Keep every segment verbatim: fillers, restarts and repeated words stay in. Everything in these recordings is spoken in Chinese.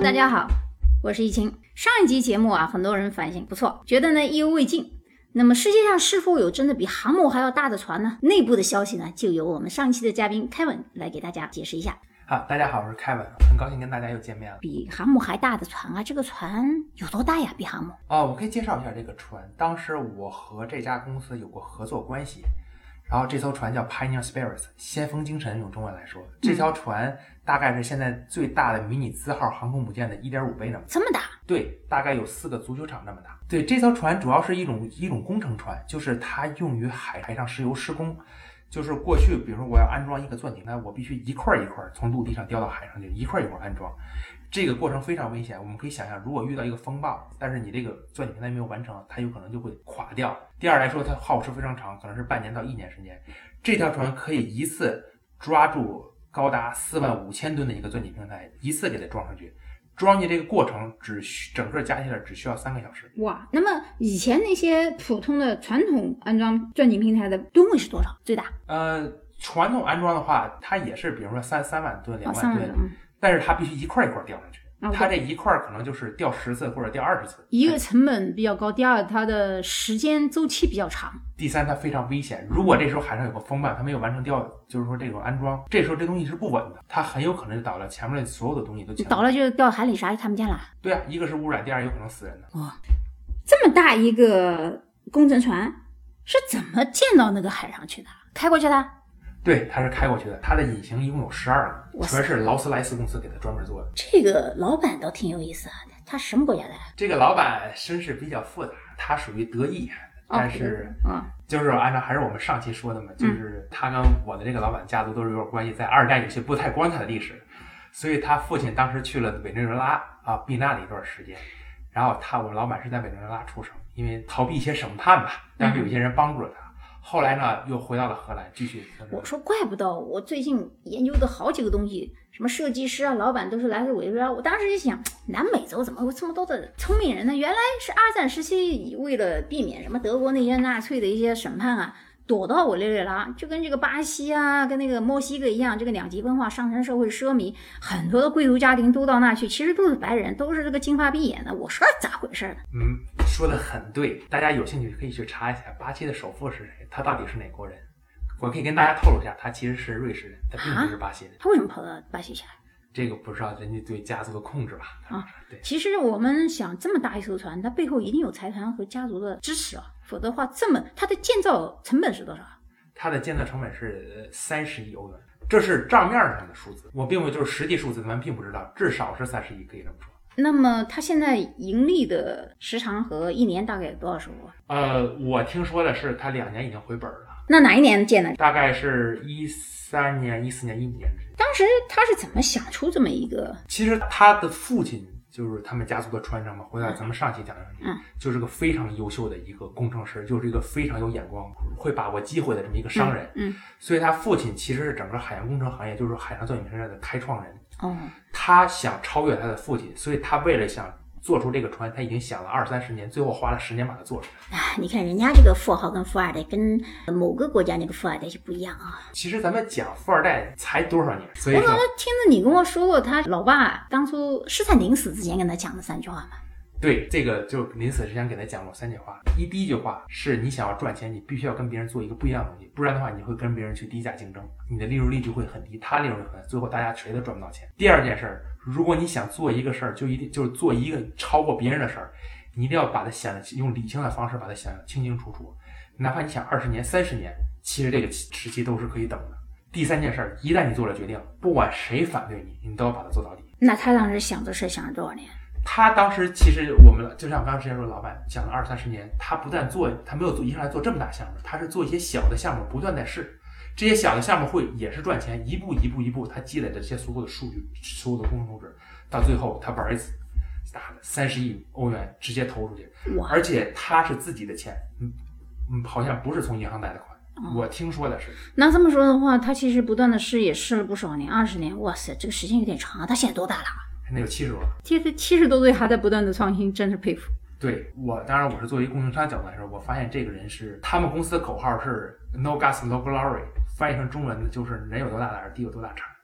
大家好，我是易清。上一集节目啊，很多人反响不错，觉得呢意犹未尽。那么世界上是否有真的比航母还要大的船呢？内部的消息呢，就由我们上期的嘉宾 Kevin 来给大家解释一下。 好，大家好，我是 Kevin， 很高兴跟大家又见面了。 比航母还大的船啊，这个船有多大呀？比航母？ 哦，我可以介绍一下这个船。当时我和这家公司有过合作关系，然后这艘船叫 Pioneer Spirits， 先锋精神用中文来说，这条船大概是现在最大的迷你字号航空母舰的 一点五 倍那么大。 这么大？ 对，大概有四个足球场那么大。对，这艘船主要是一种一种工程船，就是它用于海海上石油施工。就是过去比如说我要安装一个钻井，那我必须一块一块从陆地上吊到海上去，一块一块安装，这个过程非常危险。我们可以想象，如果遇到一个风暴，但是你这个钻井平台没有完成，它有可能就会垮掉。第二来说，它耗时非常长，可能是半年到一年时间。这条船可以一次抓住高达四万五千吨的一个钻井平台，一次给它装上去，装进这个过程只整个加起来只需要三个小时。 哇，那么以前那些普通的传统安装钻井平台的吨位是多少？最大？ 呃，传统安装的话，它也是比如说三三万吨、两万吨， 哦嗯、 但是它必须一块一块吊上去。 哦、 它这一块可能就是吊十次或者吊二十次。 一个成本比较高，第二它的时间周期比较长， 第三它非常危险。如果这时候海上有个风暴，它没有完成吊，就是说这种安装，这时候这东西是不稳的，它很有可能就倒了，前面的所有的东西都倒了，就掉海里啥也看不见了。 对啊，一个是污染，第二有可能死人的。 哇，这么大一个工程船是怎么建到那个海上去的？开过去的？ 对，它是开过去的。它的引擎一共有十二个，全是劳斯莱斯公司给它专门做的。 这个老板倒挺有意思啊，他什么国家的？ 这个老板身世比较复杂，他属于德裔，但是， 嗯， 就是按照还是我们上期说的嘛，就是他跟我的这个老板家族都是有点关系，在二战有些不太光彩的历史，所以他父亲当时去了委内瑞拉啊避难了一段时间，然后他我们老板是在委内瑞拉出生，因为逃避一些审判吧，但是有些人帮助了他。后来呢，又回到了荷兰，继续。 我说，怪不得我最近研究的好几个东西，什么设计师啊、老板都是来自委内瑞拉。我当时就想，南美洲怎么会这么多的聪明人呢？原来是二战时期为了避免什么德国那些纳粹的一些审判啊，躲到委内瑞拉，就跟这个巴西啊、跟那个墨西哥一样，这个两极分化、上层社会奢靡，很多的贵族家庭都到那去，其实都是白人，都是这个金发碧眼的。我说咋回事呢？ 嗯，说的很对，大家有兴趣可以去查一下巴西的首富是谁，他到底是哪国人？我可以跟大家透露一下，他其实是瑞士人，他并不是巴西人。 啊、他为什么跑到巴西去了？ 这个不知道人家对家族的控制吧？ 啊， 对。 其实我们想这么大一艘船，它背后一定有财团和家族的支持啊，否则的话，这么它的建造成本是多少？ 它的建造成本是三十亿欧元，这是账面上的数字，我并不就是实际数字，咱们并不知道，至少是三十亿，可以这么说。 那么它现在盈利的时长和一年大概有多少收入？ 呃，我听说的是它两年已经回本了。 那哪一年建的？ 大概是一三年、一四年、一五年。 当时他是怎么想出这么一个？ 其实他的父亲就是他们家族的传承嘛，回到咱们上期讲上去， 嗯， 就是个非常优秀的一个工程师，就是一个非常有眼光、会把握机会的这么一个商人。 嗯，嗯所以他父亲其实是整个海洋工程行业，就是海上钻井平台的开创人。 哦， 他想超越他的父亲，所以他为了想做出这个船，他已经想了二三十年，最后花了十年把它做出来。 啊，你看人家这个富豪跟富二代跟某个国家那个富二代就不一样啊。 其实咱们讲富二代才多少年，所以说我怎么听着你跟我说过，他老爸当初施灿临死之前跟他讲的三句话嘛？ 对，这个就临死之前给他讲过三句话。一第一句话是你想要赚钱，你必须要跟别人做一个不一样的东西，不然的话你会跟别人去低价竞争，你的利润率就会很低，他利润率很低，最后大家谁都赚不到钱。第二件事儿，如果你想做一个事儿，就一定就是做一个超过别人的事儿，你一定要把它想用理性的方式把它想清清楚楚，哪怕你想二十年、三十年，其实这个时期都是可以等的。第三件事，一旦你做了决定，不管谁反对你，你都要把它做到底。 那他当时想这事想了多少年？ 他当时其实我们就像我刚刚之前说，老板讲了二三十年，他不但做，他没有做一上来做这么大项目，他是做一些小的项目，不断在试。这些小的项目会也是赚钱，一步一步一步，他积累的这些所有的数据、所有的工程数值，到最后他玩一次，打了三十亿欧元直接投出去，而且他是自己的钱，嗯嗯，好像不是从银行贷的款。我听说的是。 那这么说的话，他其实不断的试也试了不少年，二十年，哇塞，这个时间有点长啊。他现在多大了？ 那有七十多了。 其实七十多岁还在不断的创新，真是佩服。 对，我当然我是作为工程商角度来说，我发现这个人是他们公司的口号是 No gas no glory， 翻译成中文的就是人有多大胆，地有多大产。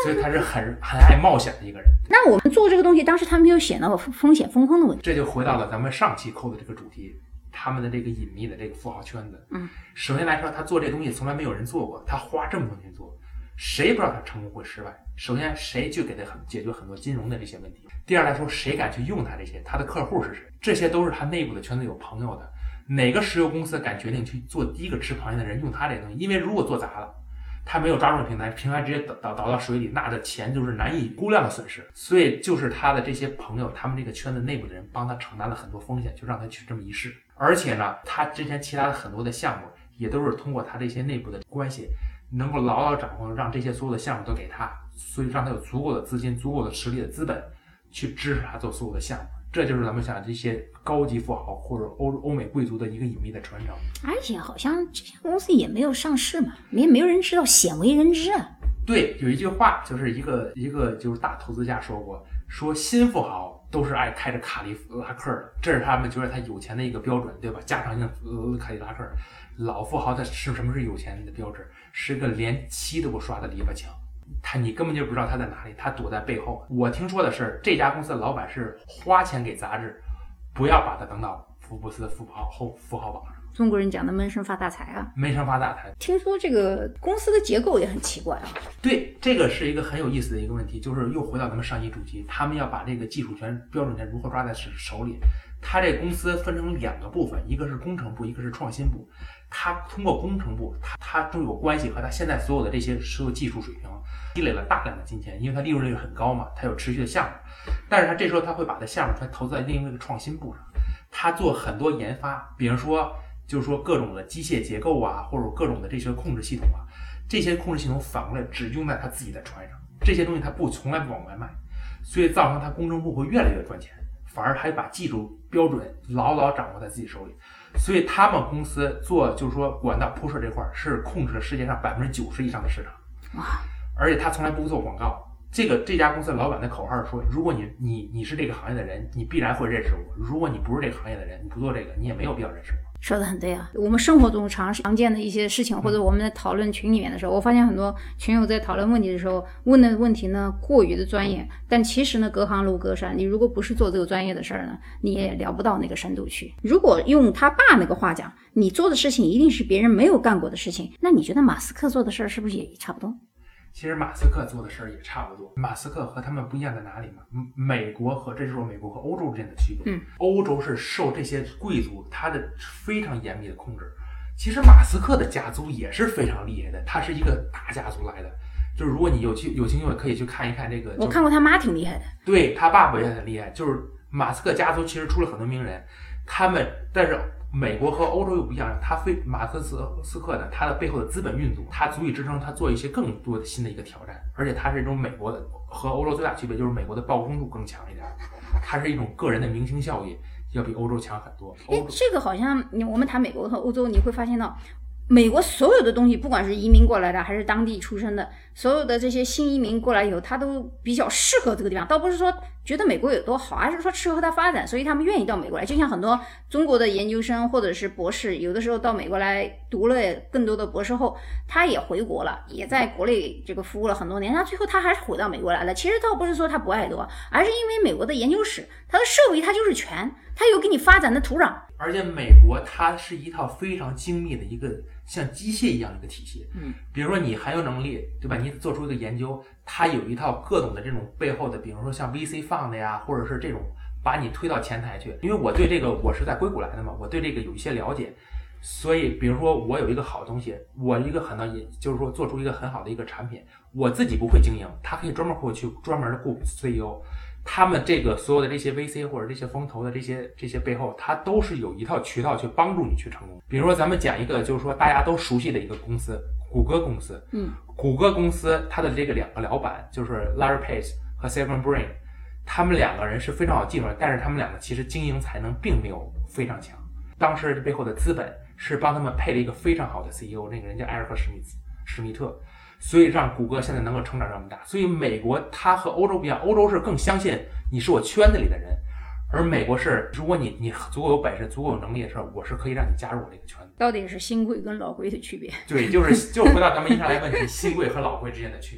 所以他是很很爱冒险的一个人。 那我们做这个东西，当时他们就显到风险风控的问题。 这就回到了咱们上期扣的这个主题，他们的这个隐秘的这个富豪圈子。 嗯， 首先来说，他做这东西从来没有人做过，他花这么多年做，谁不知道他成功会失败？首先，谁去给他很解决很多金融的这些问题？第二来说，谁敢去用他这些？他的客户是谁？这些都是他内部的圈子有朋友的。哪个石油公司敢决定去做第一个吃螃蟹的人用他这个东西？因为如果做砸了，他没有抓住平台，平台直接倒倒倒到水里，那的钱就是难以估量的损失。所以就是他的这些朋友，他们这个圈子内部的人帮他承担了很多风险，就让他去这么一试。而且呢，他之前其他的很多的项目也都是通过他这些内部的关系，能够牢牢掌控，让这些所有的项目都给他，所以让他有足够的资金、足够的实力的资本去支持他做所有的项目。这就是咱们想这些高级富豪或者欧欧美贵族的一个隐秘的传承。 而且好像这些公司也没有上市嘛，也没有人知道，鲜为人知啊。 对，有一句话就是一个一个就是大投资家说过，说新富豪都是爱开着卡迪拉克的，这是他们觉得他有钱的一个标准，对吧？加长型呃卡迪拉克。老富豪他是什么是有钱的标志？是个连漆都不刷的篱笆墙。他你根本就不知道他在哪里，他躲在背后。我听说的是，这家公司的老板是花钱给杂志，不要把他登到福布斯的富豪后富豪榜上。 中国人讲的闷声发大财啊， 闷声发大财。 听说这个公司的结构也很奇怪啊。 对，这个是一个很有意思的一个问题，就是又回到咱们上一主题，他们要把这个技术权、标准权如何抓在手里。他这公司分成两个部分，一个是工程部，一个是创新部。他通过工程部，他他都有关系和他现在所有的这些所有技术水平积累了大量的金钱，因为他利润率很高嘛，他有持续的项目。但是他这时候他会把他项目他投资在另一个创新部上，他做很多研发，比如说就是说各种的机械结构啊，或者各种的这些控制系统啊，这些控制系统反过来只用在他自己的船上，这些东西他不从来不往外卖，所以造成他工程部会越来越赚钱，反而还把技术标准牢牢掌握在自己手里。所以他们公司做就是说管道铺设这块是控制了世界上百分之九十以上的市场， 哇！ 而且他从来不做广告。这个这家公司老板的口号是说，如果你你你是这个行业的人，你必然会认识我；如果你不是这个行业的人，你不做这个，你也没有必要认识我。 说的很对啊，我们生活中常常见的一些事情，或者我们在讨论群里面的时候，我发现很多群友在讨论问题的时候问的问题呢过于的专业，但其实呢隔行如隔山，你如果不是做这个专业的事儿呢，你也聊不到那个深度去。如果用他爸那个话讲，你做的事情一定是别人没有干过的事情，那你觉得马斯克做的事儿是不是也差不多？ 其实马斯克做的事儿也差不多。马斯克和他们不一样在哪里嘛？美国和这就是美国和欧洲之间的区别。 嗯， 欧洲是受这些贵族他的非常严密的控制。其实马斯克的家族也是非常厉害的，他是一个大家族来的。就是如果你有去有兴趣，可以去看一看这个。 我看过他妈挺厉害的。 对，他爸爸也很厉害。就是马斯克家族其实出了很多名人，他们但是。美国和欧洲又不一样，他非马克思斯克的他的背后的资本运作，他足以支撑他做一些更多的新的一个挑战，而且他是一种美国的和欧洲最大区别就是美国的曝光度更强一点，它是一种个人的明星效益要比欧洲强很多。 哎，这个好像我们谈美国和欧洲，你会发现到美国所有的东西，不管是移民过来的还是当地出生的，所有的这些新移民过来以后，他都比较适合这个地方，倒不是说觉得美国有多好，而是说适合他发展，所以他们愿意到美国来。就像很多中国的研究生或者是博士，有的时候到美国来读了更多的博士后，他也回国了，也在国内这个服务了很多年，他最后他还是回到美国来了。其实倒不是说他不爱多，而是因为美国的研究室，他的设备他就是全，他有给你发展的土壤。 而且美国它是一套非常精密的一个像机械一样的一个体系， 嗯， 比如说你很有能力，对吧？你做出一个研究，它有一套各种的这种背后的，比如说像 V C fund 呀，或者是这种把你推到前台去。因为我对这个我是在硅谷来的嘛，我对这个有一些了解，所以比如说我有一个好东西，我一个很能也就是说做出一个很好的一个产品，我自己不会经营，他可以专门会去专门的雇 C E O。他们这个所有的这些 V C 或者这些风投的这些这些背后，它都是有一套渠道去帮助你去成功。比如说咱们讲一个就是说大家都熟悉的一个公司，谷歌公司。 嗯， 谷歌公司它的这个两个老板就是 Larry Page 和 Sergey Brin， 他们两个人是非常有技术，但是他们两个其实经营才能并没有非常强。当时背后的资本是帮他们配了一个非常好的 C E O， 那个人叫埃尔克史密斯史密特。所以让谷歌现在能够成长这么大。所以美国它和欧洲不一样，欧洲是更相信你是我圈子里的人，而美国是如果你你足够有本事足够有能力的时候，我是可以让你加入我这个圈子。 到底是新贵跟老贵的区别？ 对，就是就回到咱们一上来问题，新贵和老贵之间的区别。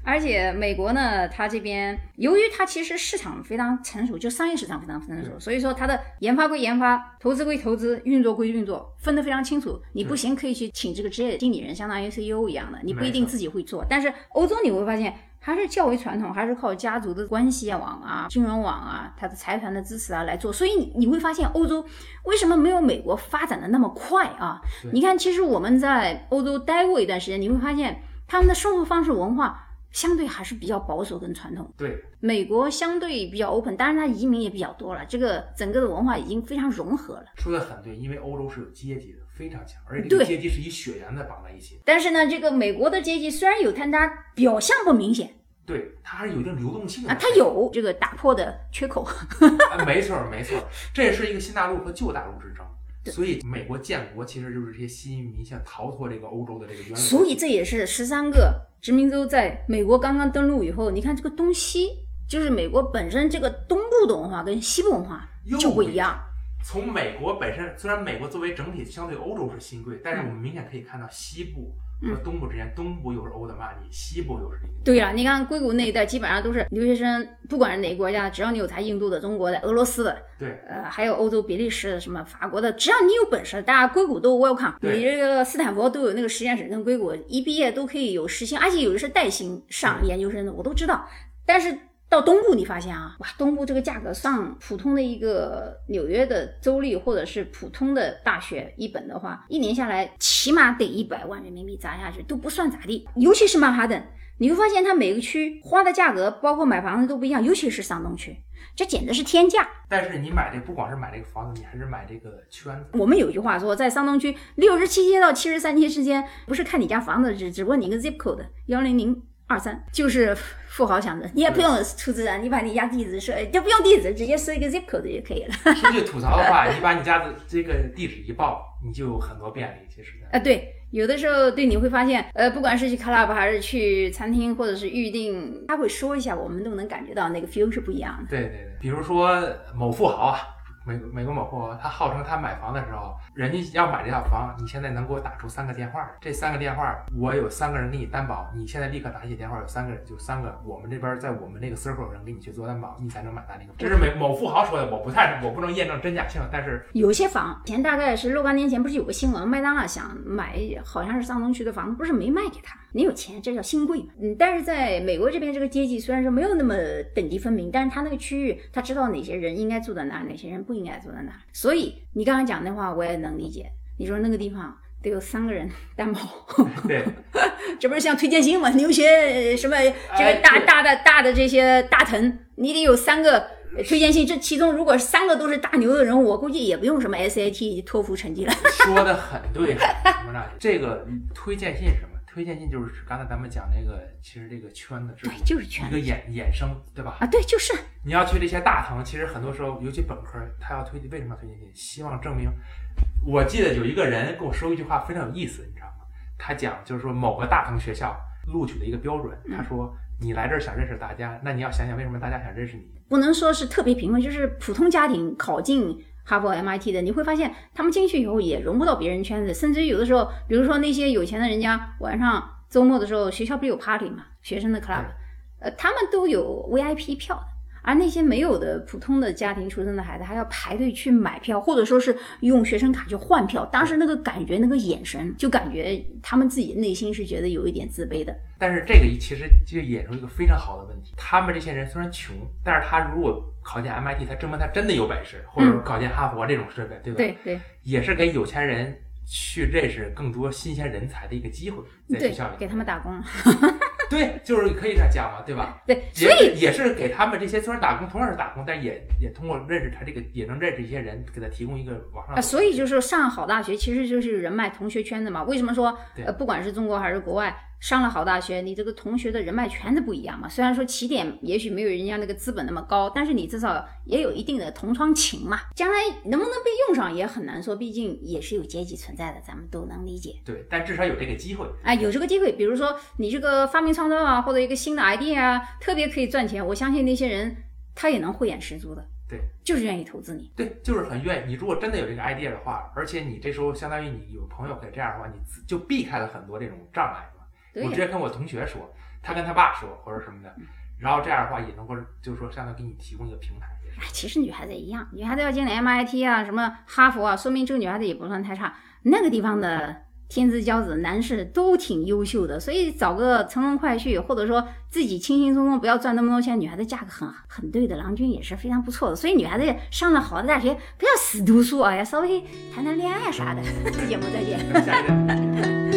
而且美国呢，它这边由于它其实市场非常成熟，就商业市场非常成熟，所以说它的研发归研发，投资归投资，运作归运作，分得非常清楚。你不行可以去请这个职业经理人，相当于 C E O 一样的，你不一定自己会做。但是欧洲你会发现还是较为传统，还是靠家族的关系网啊、金融网啊、它的财团的支持啊来做。所以你你会发现欧洲为什么没有美国发展的那么快啊？你看，其实我们在欧洲待过一段时间，你会发现他们的生活方式文化相对还是比较保守跟传统。 对， 美国相对比较 open， 当然它移民也比较多了，这个整个的文化已经非常融合了。 说的很对，因为欧洲是有阶级的，非常强，而且这个阶级是以血缘的绑在一起。 但是呢，这个美国的阶级虽然有，但它表象不明显。 对，它还是有一定流动性的啊，它有这个打破的缺口。 啊、没错没错，这也是一个新大陆和旧大陆之争。所以美国建国其实就是这些新移民想逃脱这个欧洲的这个原理。 所以这也是十三个殖民州在美国刚刚登陆以后，你看这个东西，就是美国本身这个东部的文化跟西部文化就不一样。 从美国本身，虽然美国作为整体相对欧洲是新贵，但是我们明显可以看到西部和东部之间，嗯、东部又是欧的玛尼，西部又是印度。 对呀、啊，你看硅谷那一带基本上都是留学生，不管是哪个国家，只要你有台印度的、中国的、俄罗斯的， 对， 呃，还有欧洲、比利时的、什么法国的，只要你有本事，大家硅谷都 welcome。你这个斯坦福都有那个实验室，跟硅谷一毕业都可以有实习，而且有的是带薪上研究生的，我都知道。但是到东部你发现啊，哇，东部这个价格上普通的一个纽约的州立或者是普通的大学一本的话，一年下来起码得一百万人民币砸下去都不算咋地。尤其是曼哈顿，你会发现它每个区花的价格包括买房子都不一样，尤其是上东区，这简直是天价。 但是你买这不光是买这个房子，你还是买这个圈子。 我们有句话说，在上东区六十七街到七十三街之间，不是看你家房子，只只问你一个 zip code 一零零二三，就是富豪想着，你也不用出资啊，你把你家地址设，就不用地址，直接设一个 zip code 就可以了。 说句吐槽的话，你把你家的这个地址一报，你就有很多便利。其实啊，对，有的时候对你会发现，呃，不管是去 club 还是去餐厅或者是预定，他会说一下，我们都能感觉到那个 feel 是不一样的。 对对对，比如说某富豪啊。美美国某富豪，他号称他买房的时候，人家要买这套房，你现在能给我打出三个电话，这三个电话我有三个人给你担保，你现在立刻打起电话，有三个人就三个，我们这边在我们那个 circle 人给你去做担保，你才能买到那个。这是美某富豪说的，我不太我不能验证真假性，但是有些房前大概是若干年前不是有个新闻，麦当劳想买好像是上东区的房子，不是没卖给他，你有钱这叫新贵嘛。嗯，但是在美国这边这个阶级虽然说没有那么等级分明，但是他那个区域他知道哪些人应该住在哪，哪些人不应该住在哪，所以你刚才讲的话我也能理解。你说那个地方得有三个人担保， 对， 这不是像推荐信吗？留学什么这个大、哎、大的大的这些大thần，你得有三个推荐信，这其中如果三个都是大牛的人，我估计也不用什么 S A T 托福成绩了。 说的很对，这个推荐信是什么？推荐信就是刚才咱们讲那个，其实这个圈子对，就是圈子一个衍衍生，对吧？ 啊，对，就是你要去这些大堂，其实很多时候，尤其本科，他要推为什么要推荐信？希望证明。我记得有一个人跟我说一句话非常有意思，你知道吗？他讲就是说某个大堂学校录取的一个标准，他说你来这儿想认识大家，那你要想想为什么大家想认识你。 不能说是特别贫困，就是普通家庭考进哈佛 M I T 的，你会发现他们进去以后也融不到别人圈子，甚至有的时候，比如说那些有钱的人家晚上周末的时候，学校不是有 party 嘛，学生的 club， 呃，他们都有 V I P 票的。而那些没有的普通的家庭出生的孩子还要排队去买票，或者说是用学生卡去换票，当时那个感觉那个眼神就感觉他们自己内心是觉得有一点自卑的。 但是这个其实就衍生一个非常好的问题，他们这些人虽然穷，但是他如果考进 M I T， 他证明他真的有本事，或者考进哈佛这种设备、嗯、对吧？ 对对， 也是给有钱人去认识更多新鲜人才的一个机会，在学校里给他们打工。 对，就是可以这样讲嘛，对吧？ 对，所以也是给他们这些虽然打工，同样是打工，但也也通过认识他这个，也能认识一些人，给他提供一个往上。 啊，所以就是上好大学其实就是人脉同学圈子嘛。为什么说呃，不管是中国还是国外，上了好大学，你这个同学的人脉圈子不一样嘛。虽然说起点也许没有人家那个资本那么高，但是你至少也有一定的同窗情嘛。将来能不能被用上也很难说，毕竟也是有阶级存在的，咱们都能理解。 对，但至少有这个机会。 哎，有这个机会，比如说你这个发明创造啊，或者一个新的 idea 啊，特别可以赚钱，我相信那些人他也能慧眼识珠的。 对， 就是愿意投资你。 对，就是很愿意。你如果真的有这个 idea 的话，而且你这时候相当于你有朋友可以这样的话，你就避开了很多这种障碍。我直接跟我同学说， 他跟他爸说或者什么的，然后这样的话也能够就是说相当于给你提供一个平台。 哎，其实女孩子也一样，女孩子要进了 M I T 啊，什么哈佛啊，说明这个女孩子也不算太差。那个地方的天之骄子男士都挺优秀的，所以找个乘龙快婿，或者说自己轻轻松松不要赚那么多钱，女孩子嫁个很很对的郎君也是非常不错的。所以女孩子上了好的大学，不要死读书啊，要稍微谈谈恋爱啥的。节目再见。 下一个。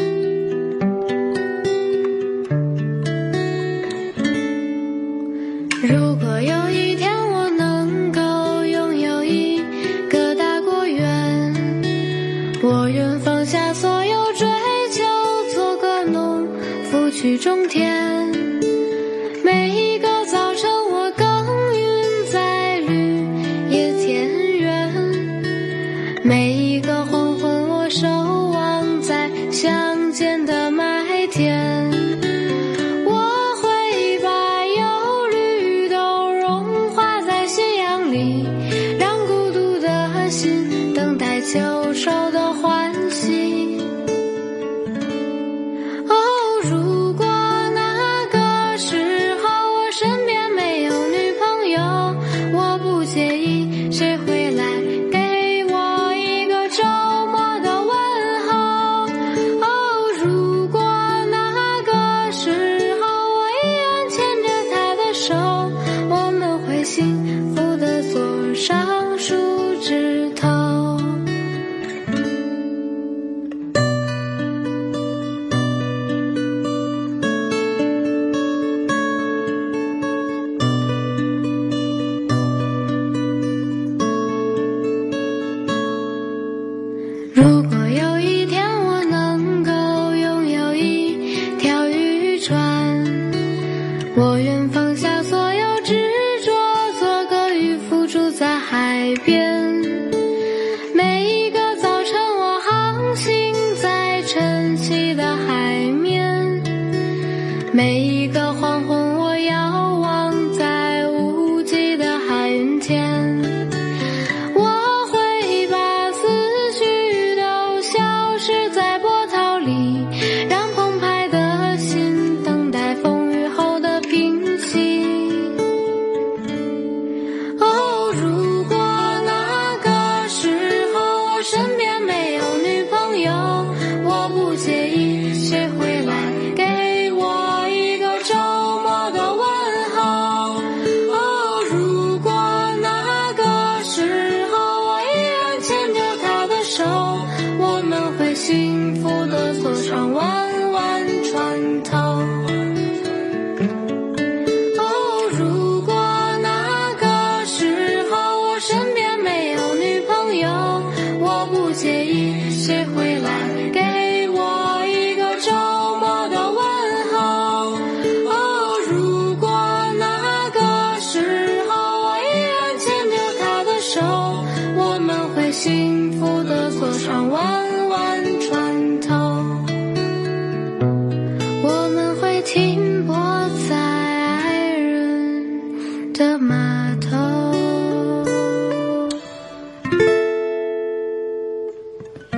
如果有一天我能够拥有一个大果园，我愿放下所有追求，做个农夫去种田。每一个早晨我耕耘在绿野田园，每一个黄昏我守望在乡间的麦田。秋收的欢喜。哦，如果那个时候我身边没有女朋友，我不介意谁会来给我一个周末的问候。哦，如果那个时候我依然牵着她的手，我们会幸福地坐上树枝头。如果有一天我能够拥有一条渔船，我愿放下所有执着，做个渔夫住在海边。每一个早晨我航行在晨曦的海面，每一个黄昏我遥望在无际的海云间。幸福的坐上弯弯船头。哦，如果那个时候我身边没有女朋友，我不介意谁会来给我一个周末的问候。哦，如果那个时候我依然牵着她的手，我们会幸福的坐上弯弯船头，我们会停泊在爱人的码头。